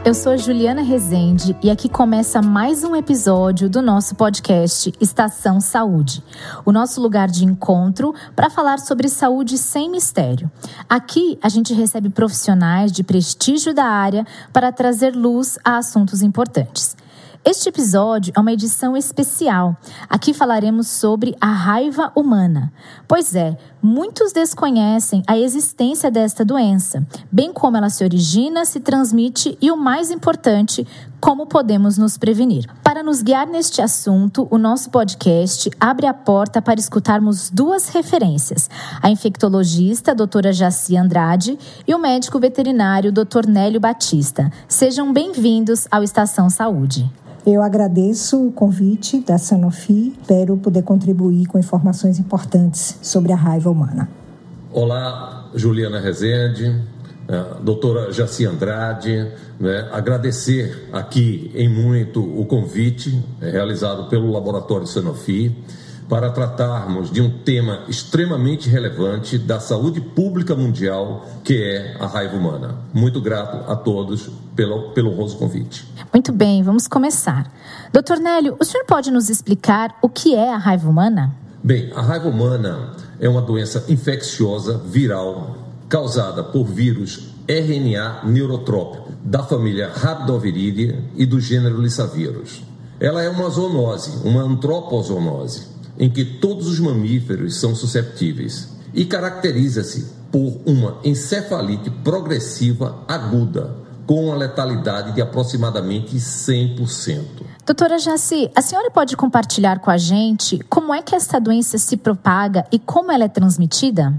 Eu sou a Juliana Rezende e aqui começa mais um episódio do nosso podcast Estação Saúde, o nosso lugar de encontro para falar sobre saúde sem mistério. Aqui a gente recebe profissionais de prestígio da área para trazer luz a assuntos importantes. Este episódio é uma edição especial. Aqui falaremos sobre a raiva humana. Pois é, muitos desconhecem a existência desta doença, bem como ela se origina, se transmite e, o mais importante, como podemos nos prevenir. Para nos guiar neste assunto, o nosso podcast abre a porta para escutarmos duas referências: a infectologista, doutora Jaci Andrade, e o médico veterinário, Dr. Nélio Batista. Sejam bem-vindos ao Estação Saúde. Eu agradeço o convite da Sanofi, espero poder contribuir com informações importantes sobre a raiva humana. Olá, Juliana Rezende, doutora Jaci Andrade, agradecer aqui em muito o convite realizado pelo Laboratório Sanofi para tratarmos de um tema extremamente relevante da saúde pública mundial, que é a raiva humana. Muito grato a todos pelo honroso convite. Muito bem, vamos começar. Dr. Nélio, o senhor pode nos explicar o que é a raiva humana? Bem, a raiva humana é uma doença infecciosa viral causada por vírus RNA neurotrópico da família Rhabdoviridae e do gênero Lyssavirus. Ela é uma zoonose, uma antropozoonose, em que todos os mamíferos são susceptíveis e caracteriza-se por uma encefalite progressiva aguda, com uma letalidade de aproximadamente 100%. Doutora Jaci, a senhora pode compartilhar com a gente como é que essa doença se propaga e como ela é transmitida?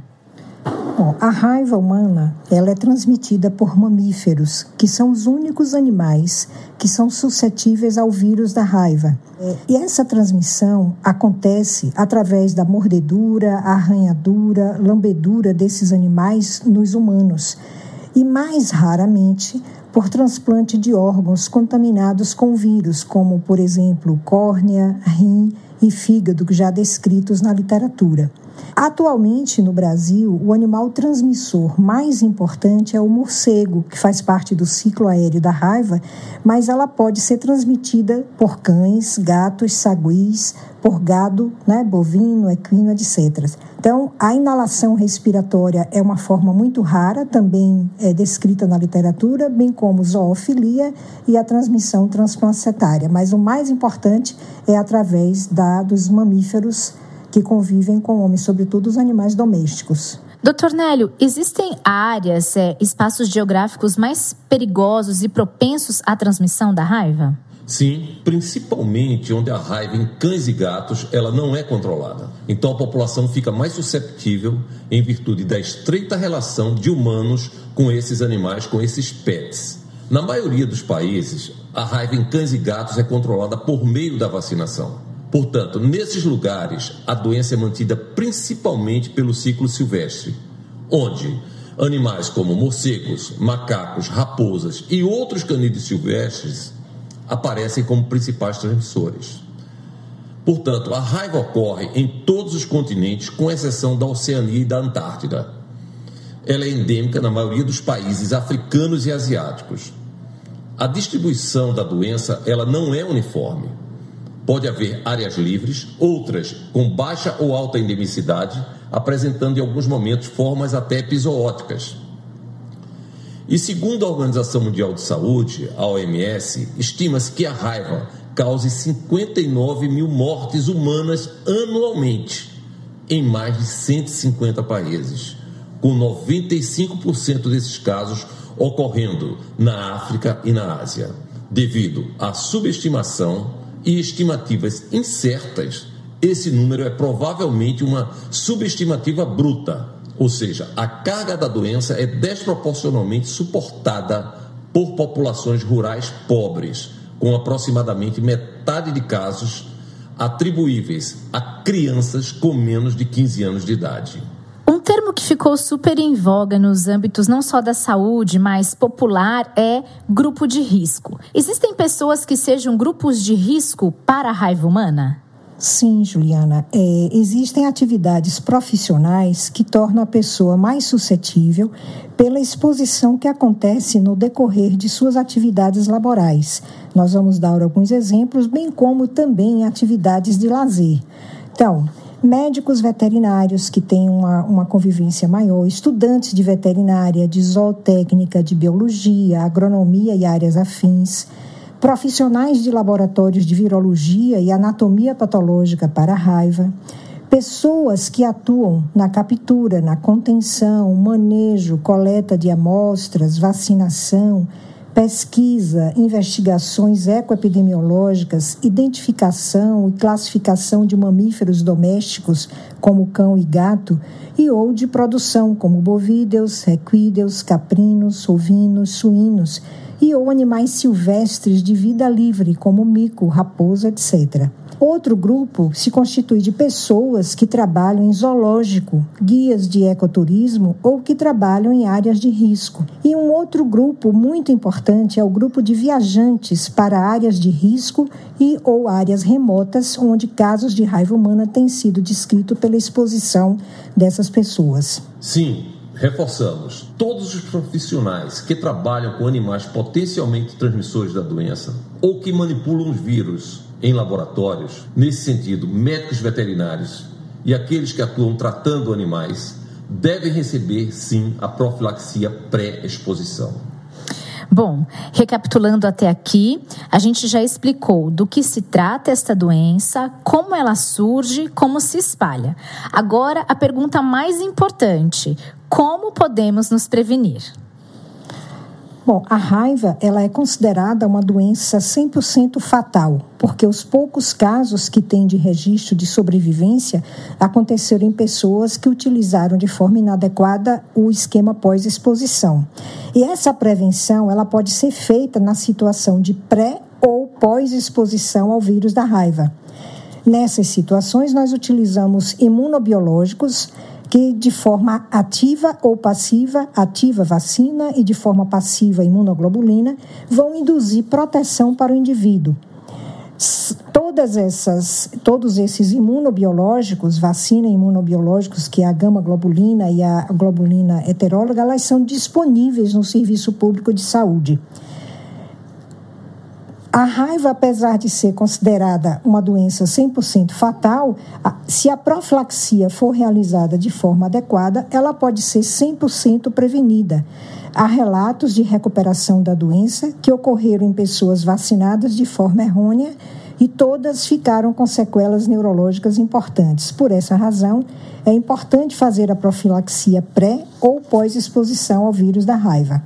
Bom, a raiva humana ela é transmitida por mamíferos, que são os únicos animais que são suscetíveis ao vírus da raiva. E essa transmissão acontece através da mordedura, arranhadura, lambedura desses animais nos humanos. E mais raramente por transplante de órgãos contaminados com vírus, como, por exemplo, córnea, rim e fígado, já descritos na literatura. Atualmente, no Brasil, o animal transmissor mais importante é o morcego, que faz parte do ciclo aéreo da raiva, mas ela pode ser transmitida por cães, gatos, saguis, por gado, bovino, equino, etc. Então, a inalação respiratória é uma forma muito rara, também é descrita na literatura, bem como zoofilia e a transmissão transplacentária. Mas o mais importante é através dos mamíferos que convivem com o homem, sobretudo os animais domésticos. Dr. Nélio, existem áreas, espaços geográficos mais perigosos e propensos à transmissão da raiva? Sim, principalmente onde a raiva em cães e gatos ela não é controlada. Então a população fica mais susceptível em virtude da estreita relação de humanos com esses animais, com esses pets. Na maioria dos países, a raiva em cães e gatos é controlada por meio da vacinação. Portanto, nesses lugares, a doença é mantida principalmente pelo ciclo silvestre, onde animais como morcegos, macacos, raposas e outros canídeos silvestres aparecem como principais transmissores. Portanto, a raiva ocorre em todos os continentes, com exceção da Oceania e da Antártida. Ela é endêmica na maioria dos países africanos e asiáticos. A distribuição da doença ela não é uniforme. Pode haver áreas livres, outras com baixa ou alta endemicidade, apresentando em alguns momentos formas até epizooticas. E segundo a Organização Mundial de Saúde, a OMS, estima-se que a raiva cause 59 mil mortes humanas anualmente, em mais de 150 países, com 95% desses casos ocorrendo na África e na Ásia, devido à subestimação e estimativas incertas. Esse número é provavelmente uma subestimativa bruta, ou seja, a carga da doença é desproporcionalmente suportada por populações rurais pobres, com aproximadamente metade de casos atribuíveis a crianças com menos de 15 anos de idade. Um termo que ficou super em voga nos âmbitos não só da saúde, mas popular, é grupo de risco. Existem pessoas que sejam grupos de risco para a raiva humana? Sim, Juliana. Existem atividades profissionais que tornam a pessoa mais suscetível pela exposição que acontece no decorrer de suas atividades laborais. Nós vamos dar alguns exemplos, bem como também atividades de lazer. Então, médicos veterinários que têm uma convivência maior, estudantes de veterinária, de zootécnica, de biologia, agronomia e áreas afins, profissionais de laboratórios de virologia e anatomia patológica para a raiva, pessoas que atuam na captura, na contenção, manejo, coleta de amostras, vacinação, pesquisa, investigações ecoepidemiológicas, identificação e classificação de mamíferos domésticos, como cão e gato, e ou de produção, como bovídeos, equídeos, caprinos, ovinos, suínos, e ou animais silvestres de vida livre, como mico, raposa, etc. Outro grupo se constitui de pessoas que trabalham em zoológico, guias de ecoturismo ou que trabalham em áreas de risco. E um outro grupo muito importante é o grupo de viajantes para áreas de risco e ou áreas remotas, onde casos de raiva humana têm sido descritos pela exposição dessas pessoas. Sim. Reforçamos, todos os profissionais que trabalham com animais potencialmente transmissores da doença ou que manipulam os vírus em laboratórios, nesse sentido, médicos veterinários e aqueles que atuam tratando animais, devem receber, sim, a profilaxia pré-exposição. Bom, recapitulando até aqui, a gente já explicou do que se trata esta doença, como ela surge, como se espalha. Agora, a pergunta mais importante: como podemos nos prevenir? Bom, a raiva ela é considerada uma doença 100% fatal, porque os poucos casos que tem de registro de sobrevivência aconteceram em pessoas que utilizaram de forma inadequada o esquema pós-exposição. E essa prevenção ela pode ser feita na situação de pré- ou pós-exposição ao vírus da raiva. Nessas situações, nós utilizamos imunobiológicos que de forma ativa ou passiva, ativa vacina e de forma passiva imunoglobulina, vão induzir proteção para o indivíduo. Todos esses imunobiológicos, vacina e imunobiológicos, que é a gama-globulina e a globulina heteróloga, elas são disponíveis no Serviço Público de Saúde. A raiva, apesar de ser considerada uma doença 100% fatal, se a profilaxia for realizada de forma adequada, ela pode ser 100% prevenida. Há relatos de recuperação da doença que ocorreram em pessoas vacinadas de forma errônea e todas ficaram com sequelas neurológicas importantes. Por essa razão, é importante fazer a profilaxia pré- ou pós-exposição ao vírus da raiva.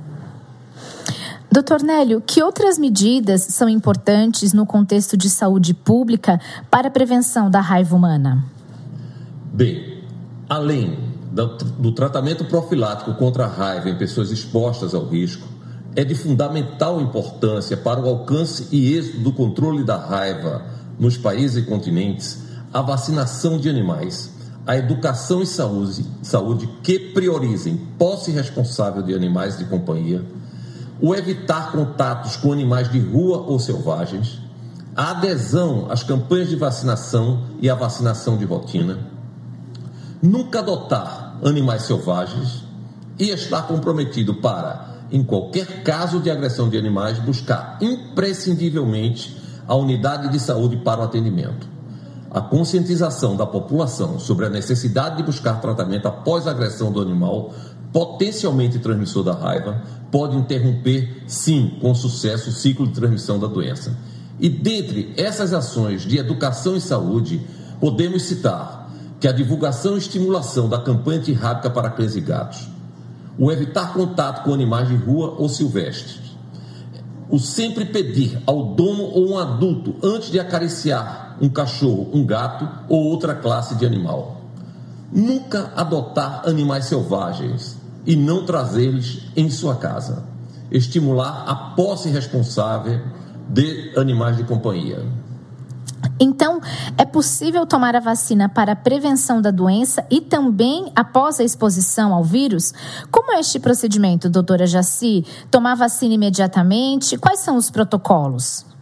Dr. Nélio, que outras medidas são importantes no contexto de saúde pública para a prevenção da raiva humana? Bem, além do tratamento profilático contra a raiva em pessoas expostas ao risco, é de fundamental importância para o alcance e êxito do controle da raiva nos países e continentes a vacinação de animais, a educação e saúde que priorizem posse responsável de animais de companhia, o evitar contatos com animais de rua ou selvagens, a adesão às campanhas de vacinação e a vacinação de rotina, nunca adotar animais selvagens e estar comprometido para, em qualquer caso de agressão de animais, buscar imprescindivelmente a unidade de saúde para o atendimento. A conscientização da população sobre a necessidade de buscar tratamento após a agressão do animal potencialmente transmissor da raiva pode interromper, sim, com sucesso, o ciclo de transmissão da doença. E dentre essas ações de educação e saúde, podemos citar que a divulgação e estimulação da campanha antirrábica para cães e gatos, o evitar contato com animais de rua ou silvestres, o sempre pedir ao dono ou um adulto antes de acariciar um cachorro, um gato ou outra classe de animal, nunca adotar animais selvagens e não trazê-los em sua casa, estimular a posse responsável de animais de companhia. Então, é possível tomar a vacina para a prevenção da doença e também após a exposição ao vírus? Como é este procedimento, doutora Jaci? Tomar vacina imediatamente? Quais são os protocolos?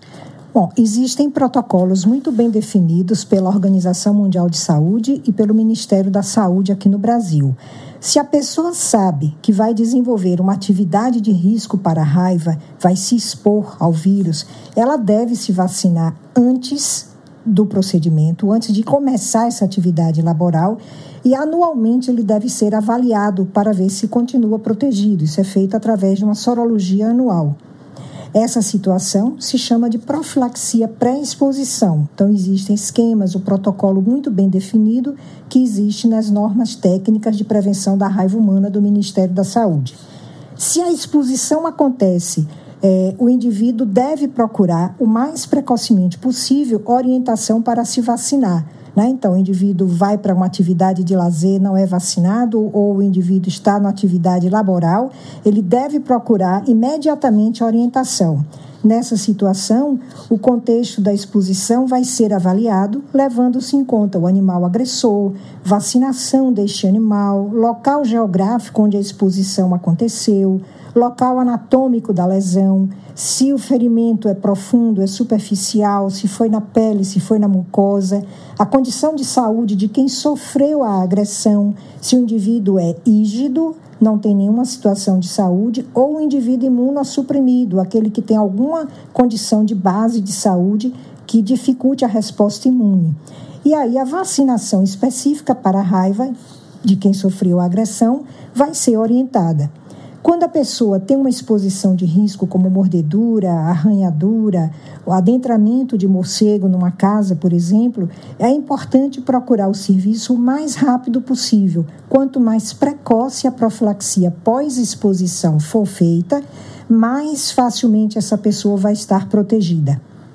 Bom, existem protocolos muito bem definidos pela Organização Mundial de Saúde e pelo Ministério da Saúde aqui no Brasil. Se a pessoa sabe que vai desenvolver uma atividade de risco para a raiva, vai se expor ao vírus, ela deve se vacinar antes do procedimento, antes de começar essa atividade laboral, e anualmente ele deve ser avaliado para ver se continua protegido. Isso é feito através de uma sorologia anual. Essa situação se chama de profilaxia pré-exposição. Então, existem esquemas, o protocolo muito bem definido que existe nas normas técnicas de prevenção da raiva humana do Ministério da Saúde. Se a exposição acontece, o indivíduo deve procurar o mais precocemente possível orientação para se vacinar. Então, o indivíduo vai para uma atividade de lazer, não é vacinado, ou o indivíduo está na atividade laboral, ele deve procurar imediatamente a orientação. Nessa situação, o contexto da exposição vai ser avaliado, levando-se em conta o animal agressor, vacinação deste animal, local geográfico onde a exposição aconteceu, local anatômico da lesão, se o ferimento é profundo, é superficial, se foi na pele, se foi na mucosa, a condição de saúde de quem sofreu a agressão, se o indivíduo é rígido, não tem nenhuma situação de saúde, ou o indivíduo imunossuprimido, aquele que tem alguma condição de base de saúde que dificulte a resposta imune. E aí a vacinação específica para a raiva de quem sofreu a agressão vai ser orientada. Quando a pessoa tem uma exposição de risco, como mordedura, arranhadura, o adentramento de morcego numa casa, por exemplo, é importante procurar o serviço o mais rápido possível. Quanto mais precoce a profilaxia pós-exposição for feita, mais facilmente essa pessoa vai estar protegida.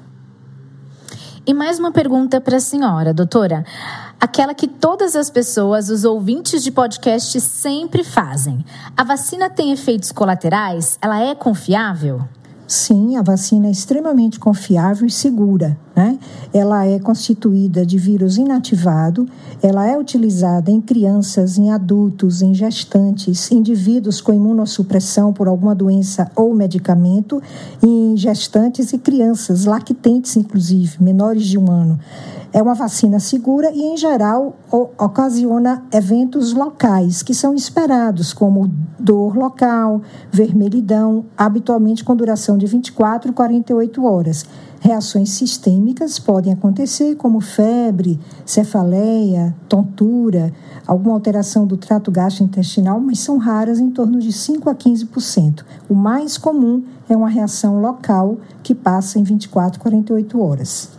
E mais uma pergunta para a senhora, doutora. Aquela que todas as pessoas, os ouvintes de podcast, sempre fazem. A vacina tem efeitos colaterais? Ela é confiável? Sim, a vacina é extremamente confiável e segura, né? Ela é constituída de vírus inativado, ela é utilizada em crianças, em adultos, em gestantes, indivíduos com imunossupressão por alguma doença ou medicamento, em gestantes e crianças, lactentes inclusive, menores de 1 ano. É uma vacina segura e, em geral, ocasiona eventos locais que são esperados, como dor local, vermelhidão, habitualmente com duração de 24 a 48 horas. Reações sistêmicas podem acontecer, como febre, cefaleia, tontura, alguma alteração do trato gastrointestinal, mas são raras, em torno de 5 a 15%. O mais comum é uma reação local que passa em 24 a 48 horas.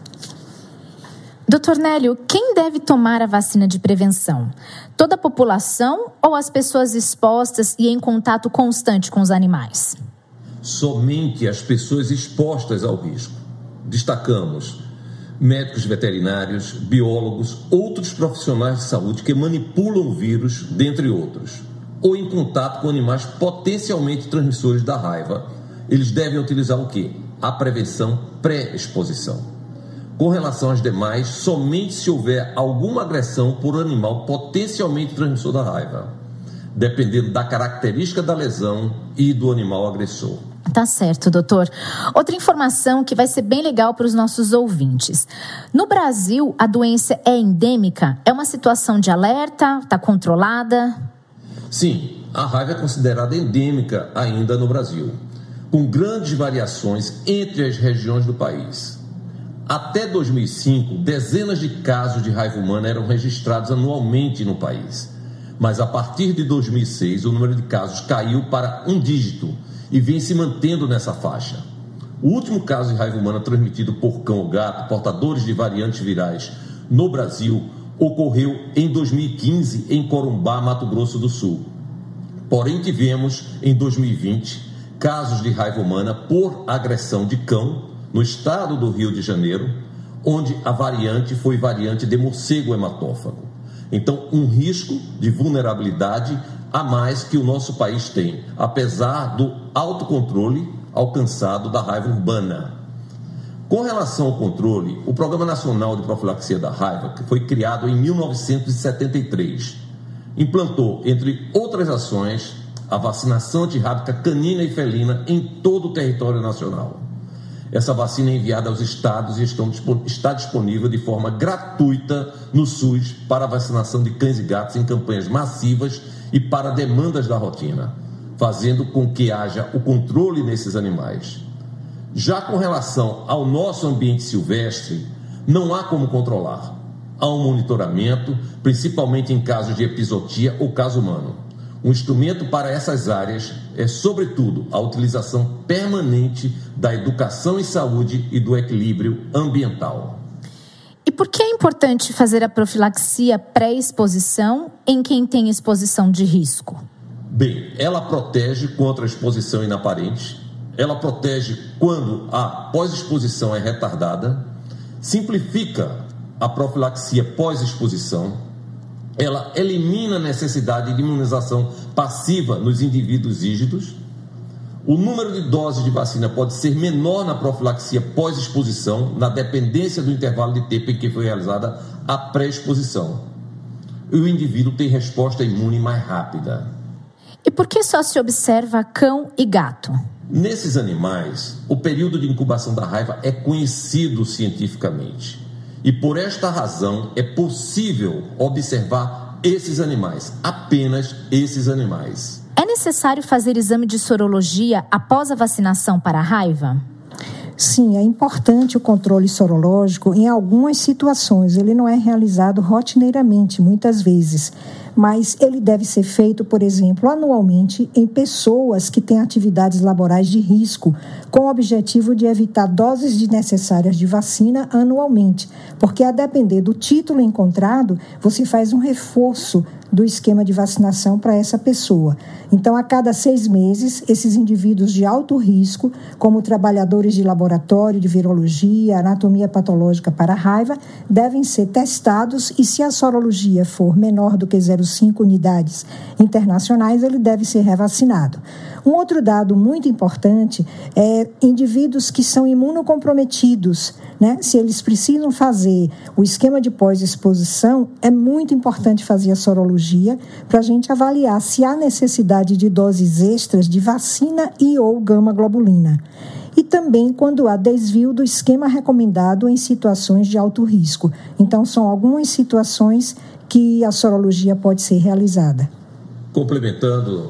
Doutor Nélio, quem deve tomar a vacina de prevenção? Toda a população ou as pessoas expostas e em contato constante com os animais? Somente as pessoas expostas ao risco. Destacamos médicos veterinários, biólogos, outros profissionais de saúde que manipulam o vírus, dentre outros, ou em contato com animais potencialmente transmissores da raiva. Eles devem utilizar o quê? A prevenção pré-exposição. Com relação às demais, somente se houver alguma agressão por animal potencialmente transmissor da raiva, dependendo da característica da lesão e do animal agressor. Tá certo, doutor. Outra informação que vai ser bem legal para os nossos ouvintes. No Brasil, a doença é endêmica? É uma situação de alerta? Está controlada? Sim, a raiva é considerada endêmica ainda no Brasil, com grandes variações entre as regiões do país. Até 2005, dezenas de casos de raiva humana eram registrados anualmente no país. Mas a partir de 2006, o número de casos caiu para 1 dígito e vem se mantendo nessa faixa. O último caso de raiva humana transmitido por cão ou gato, portadores de variantes virais, no Brasil, ocorreu em 2015 em Corumbá, Mato Grosso do Sul. Porém, tivemos, em 2020, casos de raiva humana por agressão de cão, no estado do Rio de Janeiro, onde a variante foi variante de morcego hematófago. Então, um risco de vulnerabilidade a mais que o nosso país tem, apesar do autocontrole alcançado da raiva urbana. Com relação ao controle, o Programa Nacional de Profilaxia da Raiva, que foi criado em 1973, implantou, entre outras ações, a vacinação antirrábica canina e felina em todo o território nacional. Essa vacina é enviada aos estados e está disponível de forma gratuita no SUS para a vacinação de cães e gatos em campanhas massivas e para demandas da rotina, fazendo com que haja o controle desses animais. Já com relação ao nosso ambiente silvestre, não há como controlar. Há um monitoramento, principalmente em casos de epizootia ou caso humano. Um instrumento para essas áreas é, sobretudo, a utilização permanente da educação em saúde e do equilíbrio ambiental. E por que é importante fazer a profilaxia pré-exposição em quem tem exposição de risco? Bem, ela protege contra a exposição inaparente, ela protege quando a pós-exposição é retardada, simplifica a profilaxia pós-exposição, ela elimina a necessidade de imunização passiva nos indivíduos rígidos, o número de doses de vacina pode ser menor na profilaxia pós-exposição, na dependência do intervalo de tempo em que foi realizada a pré-exposição. E o indivíduo tem resposta imune mais rápida. E por que só se observa cão e gato? Nesses animais, o período de incubação da raiva é conhecido cientificamente. E por esta razão é possível observar esses animais, apenas esses animais. É necessário fazer exame de sorologia após a vacinação para a raiva? Sim, é importante o controle sorológico em algumas situações. Ele não é realizado rotineiramente, muitas vezes, mas ele deve ser feito, por exemplo, anualmente em pessoas que têm atividades laborais de risco, com o objetivo de evitar doses desnecessárias de vacina anualmente, porque a depender do título encontrado, você faz um reforço do esquema de vacinação para essa pessoa. Então, a cada 6 meses, esses indivíduos de alto risco, como trabalhadores de laboratório, de virologia, anatomia patológica para a raiva, devem ser testados e, se a sorologia for menor do que 0,5 unidades internacionais, ele deve ser revacinado. Um outro dado muito importante é indivíduos que são imunocomprometidos, né? Se eles precisam fazer o esquema de pós-exposição, é muito importante fazer a sorologia para a gente avaliar se há necessidade de doses extras de vacina e ou gama-globulina. E também quando há desvio do esquema recomendado em situações de alto risco. Então, são algumas situações que a sorologia pode ser realizada. Complementando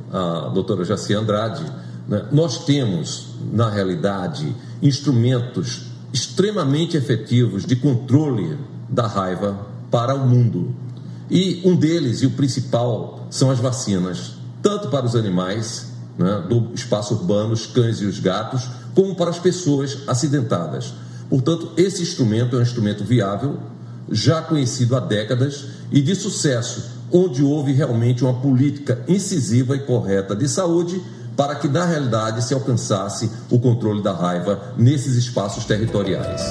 a doutora Jaci Andrade, né, nós temos, na realidade, instrumentos extremamente efetivos de controle da raiva para o mundo. E um deles, e o principal, são as vacinas, tanto para os animais, né, do espaço urbano, os cães e os gatos, como para as pessoas acidentadas. Portanto, esse instrumento é um instrumento viável, já conhecido há décadas e de sucesso, onde houve realmente uma política incisiva e correta de saúde para que, na realidade, se alcançasse o controle da raiva nesses espaços territoriais.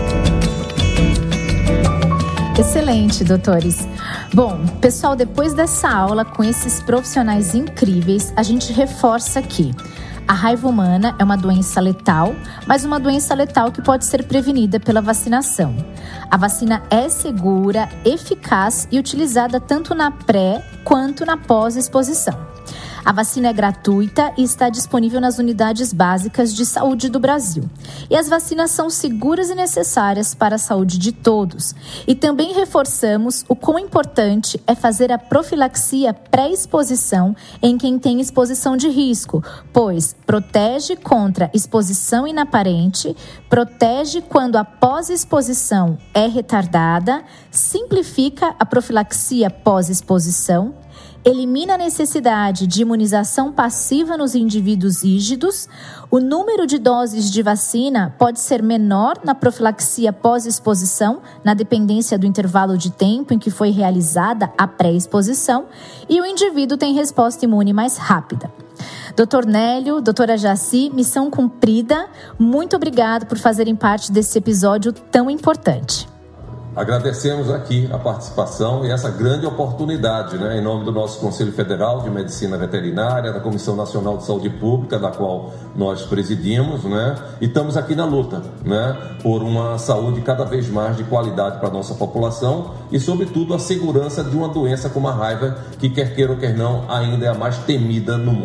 Excelente, doutores. Bom, pessoal, depois dessa aula com esses profissionais incríveis, a gente reforça aqui. A raiva humana é uma doença letal, mas uma doença letal que pode ser prevenida pela vacinação. A vacina é segura, eficaz e utilizada tanto na pré quanto na pós-exposição. A vacina é gratuita e está disponível nas unidades básicas de saúde do Brasil. E as vacinas são seguras e necessárias para a saúde de todos. E também reforçamos o quão importante é fazer a profilaxia pré-exposição em quem tem exposição de risco, pois protege contra exposição inaparente, protege quando a pós-exposição é retardada, simplifica a profilaxia pós-exposição, elimina a necessidade de imunização passiva nos indivíduos rígidos, o número de doses de vacina pode ser menor na profilaxia pós-exposição, na dependência do intervalo de tempo em que foi realizada a pré-exposição, e o indivíduo tem resposta imune mais rápida. Dr. Nélio, doutora Jaci, missão cumprida. Muito obrigado por fazerem parte desse episódio tão importante. Agradecemos aqui a participação e essa grande oportunidade, né, em nome do nosso Conselho Federal de Medicina Veterinária, da Comissão Nacional de Saúde Pública, da qual nós presidimos, né, e estamos aqui na luta, né, por uma saúde cada vez mais de qualidade para a nossa população e, sobretudo, a segurança de uma doença como a raiva, que quer queira ou quer não, ainda é a mais temida no mundo.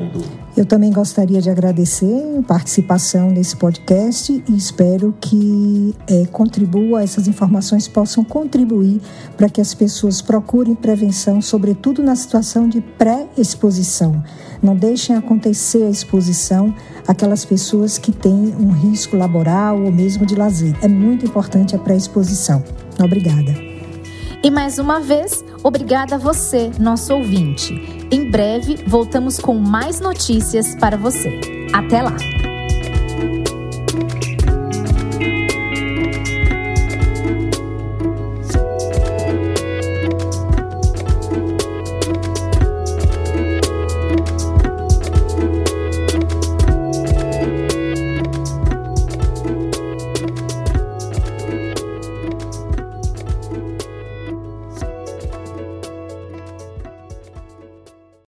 Eu também gostaria de agradecer a participação nesse podcast e espero que essas informações possam contribuir para que as pessoas procurem prevenção, sobretudo na situação de pré-exposição. Não deixem acontecer a exposição àquelas pessoas que têm um risco laboral ou mesmo de lazer. É muito importante a pré-exposição. Obrigada. E mais uma vez, obrigada a você, nosso ouvinte. Em breve, voltamos com mais notícias para você. Até lá!